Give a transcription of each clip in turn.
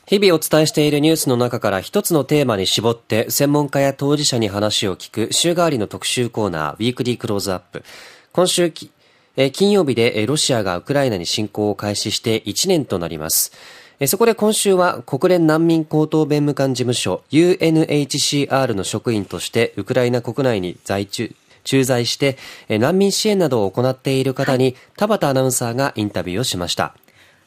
日々お伝えしているニュースの中から一つのテーマに絞って専門家や当事者に話を聞く週替わりの特集コーナー、ウィークリークローズアップ。今週金曜日でロシアがウクライナに侵攻を開始して1年となります。そこで今週は国連難民高等弁務官事務所 UNHCR の職員としてウクライナ国内に駐在して難民支援などを行っている方に田畑アナウンサーがインタビューをしました。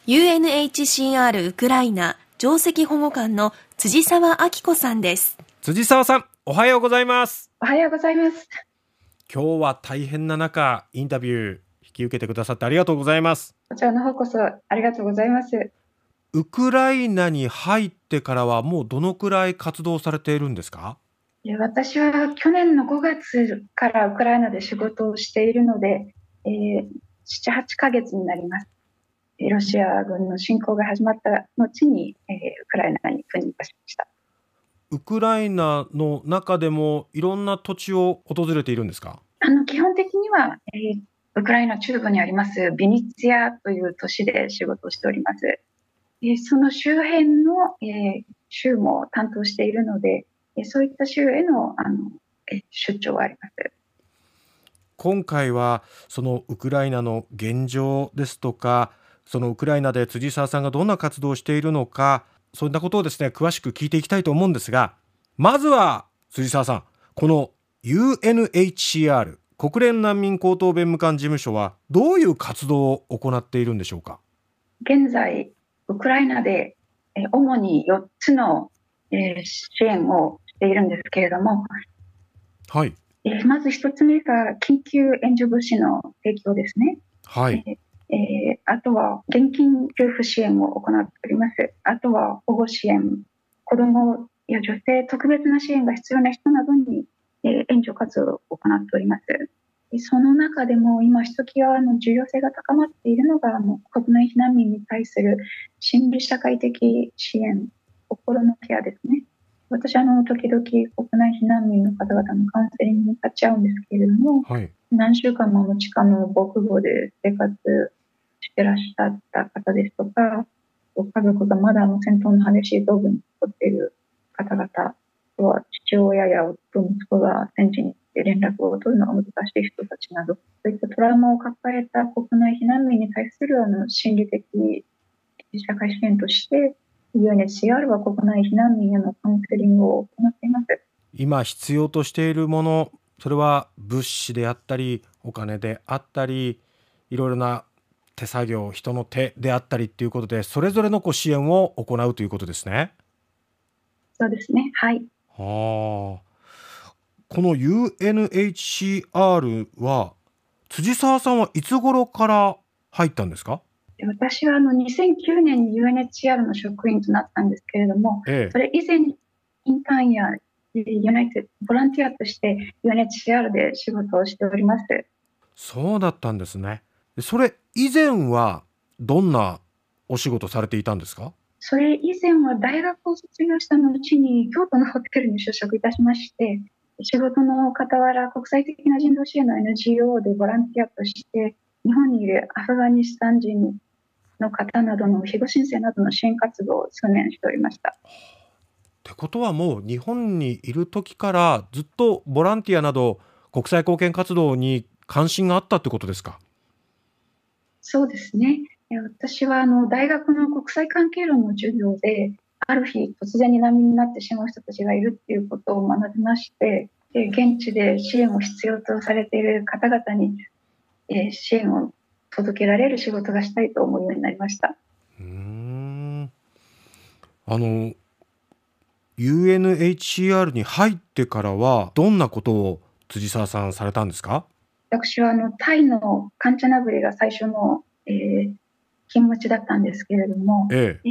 UNHCR ウクライナ上席保護官の辻沢明子さんです。 辻沢さん、おはようございます。 おはようございます。 今日は大変な中インタビュー引き受けてくださってありがとうございます。 こちらの方こそありがとうございます。 ウクライナに入ってからはもうどのくらい活動されているんですか？ 私は去年の5月からウクライナで仕事をしているので、7、8ヶ月になります。ロシア軍の侵攻が始まった後に、ウクライナに赴任いたしました。 ウクライナの中でもいろんな土地を訪れているんですか？ 基本的には、ウクライナ中部にありますビニツィアという都市で仕事をしております。その周辺の、州も担当しているので、そういった州への、出張はあります。 今回はそのウクライナの現状ですとか、そのウクライナで辻沢さんがどんな活動をしているのか、そんなことをですね詳しく聞いていきたいと思うんですが、まずは辻沢さん、この UNHCR 国連難民高等弁務官事務所はどういう活動を行っているんでしょうか？ 現在ウクライナで主に4つの支援をしているんですけれども、 はい、 まず1つ目が緊急援助物資の提供ですね。 はい、 あとは現金給付支援を行っております。あとは保護支援、子どもや女性、特別な支援が必要な人などに援助活動を行っております。その中でも今ひときわ重要性が高まっているのが国内避難民に対する心理社会的支援、心のケアですね。私時々国内避難民の方々のカウンセリングに立ち会うんですけれども、 はい、 何週間も地下の防空壕で生活してらっしゃった方ですとか、家族がまだ戦闘の激しい道具に残っている方々、あとは父親や夫、息子が戦地に行って連絡を取るのが難しい人たちなど、そういったトラウマを抱えた国内避難民に対する心理的社会支援として、UNHCR は国内避難民へのカウンセリングを行っています。 今必要としているもの、それは物資であったりお金であったり、いろいろな手作業、人の手であったりということで、それぞれの支援を行うということですね。 そうですね、はい。 この UNHCR は辻沢さんはいつ頃から入ったんですか？ 私は2009年に UNHCR の職員となったんですけれども、それ以前にインターンやユナイテッドボランティアとして UNHCR で仕事をしております。 そうだったんですね。それ以前はどんなお仕事されていたんですか？ それ以前は大学を卒業した後に京都のホテルに就職いたしまして、仕事の傍ら国際的な人道支援の NGO でボランティアとして日本にいるアフガニスタン人の方などの庇護申請などの支援活動を数年しておりました。 ってことはもう日本にいる時からずっとボランティアなど国際貢献活動に関心があったってことですか？ そうですね。私は大学の国際関係論の授業である日突然に難民になってしまう人たちがいるっていうことを学びまして、現地で支援を必要とされている方々に支援を届けられる仕事がしたいと思うようになりました。 UNHCR に入ってからはどんなことを辻沢さんされたんですか？ 私はタイのカンチャナブリが最初の、勤務地だったんですけれども、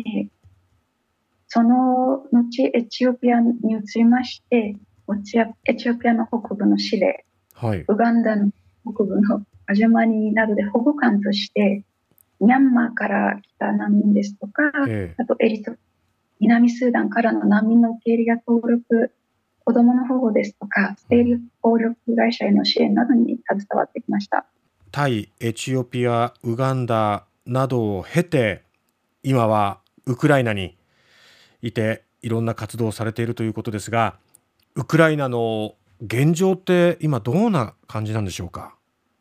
その後エチオピアに移りまして、エチオピアの北部のシレ、ウガンダの北部のアジュマニなどで保護官としてミャンマーから来た難民ですとか、あと南スーダンからの難民の受け入れや登録、子どもの保護ですとかステイル協力会社への支援などに携わってきました。 タイ、エチオピア、ウガンダなどを経て今はウクライナにいていろんな活動をされているということですが、ウクライナの現状って今どんな感じなんでしょうか。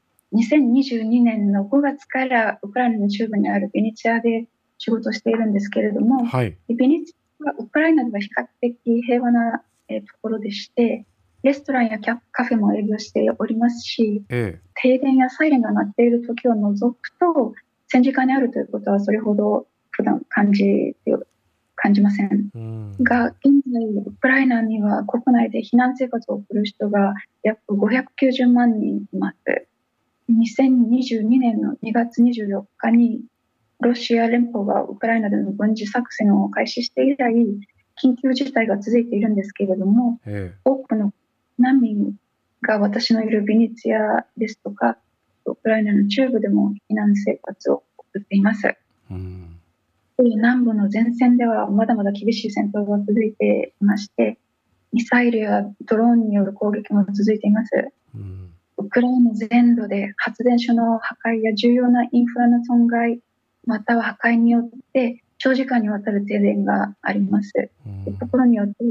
2022年の5月からウクライナの中部にあるベネチアで仕事しているんですけれども、 はい、 ベネチアはウクライナでは比較的平和な、ところでして、レストランやカフェも営業しておりますし、停電やサイレンが鳴っている時を除くと戦時下にあるということはそれほど普段感じません、が現在ウクライナには国内で避難生活を送る人が約590万人います。2022年の2月24日にロシア連邦がウクライナでの軍事作戦を開始して以来緊急事態が続いているんですけれども、多くの難民が私のいるベネチアですとかウクライナの中部でも避難生活を送っています。南部の前線ではまだまだ厳しい戦闘が続いていまして、ミサイルやドローンによる攻撃も続いています。ウクライナ全土で発電所の破壊や重要なインフラの損害または破壊によって長時間にわたる停電があります。ところによって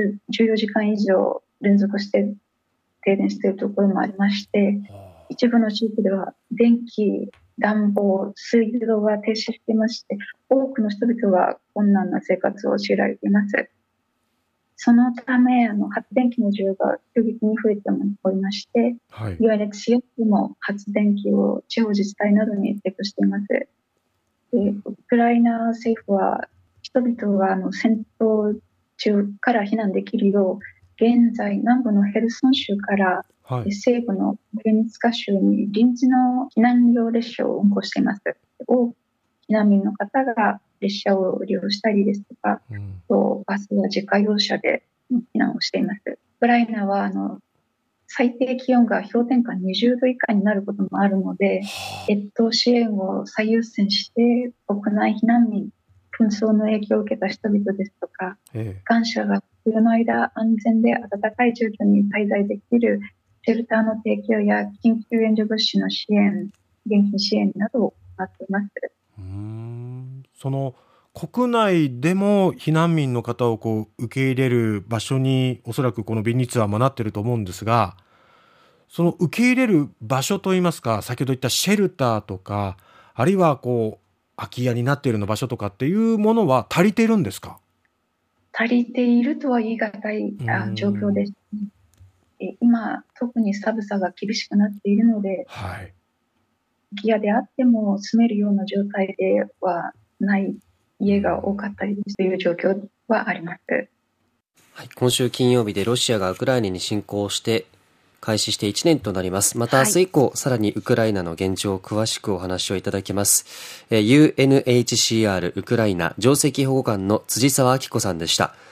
14時間以上連続して停電しているところもありまして、一部の地域では電気、暖房、水道が停止していまして、多くの人々が困難な生活を強いられています。そのため発電機の需要が急激に増えておりまして、UNHCR も発電機を地方自治体などに提供しています。ウクライナ政府は人々が戦闘中から避難できるよう現在南部のヘルソン州から西部のベネツカ州に臨時の避難用列車を運行しています。避難民の方が列車を利用したりですとか、バスや自家用車で避難をしています。ウクライナは最低気温が氷点下20度以下になることもあるので、越冬支援を最優先して国内避難民、紛争の影響を受けた人々ですとか、感謝が冬の間安全で暖かい住居に滞在できるシェルターの提供や緊急援助物資の支援、現金支援などを行っています。 その国内でも避難民の方を受け入れる場所におそらくこのビニツァはなっていると思うんですが、その受け入れる場所といいますか、先ほど言ったシェルターとか、あるいは空き家になっているような場所とかっていうものは足りているんですか？ 足りているとは言い難い状況です。今特に寒さが厳しくなっているので、空き家であっても住めるような状態ではない家が多かったりという状況はあります。 今週金曜日でロシアがウクライナに侵攻して開始して1年となります。また明日以降、さらにウクライナの現状を詳しくお話をいただきます。UNHCR ウクライナ上席保護官の辻沢明子さんでした。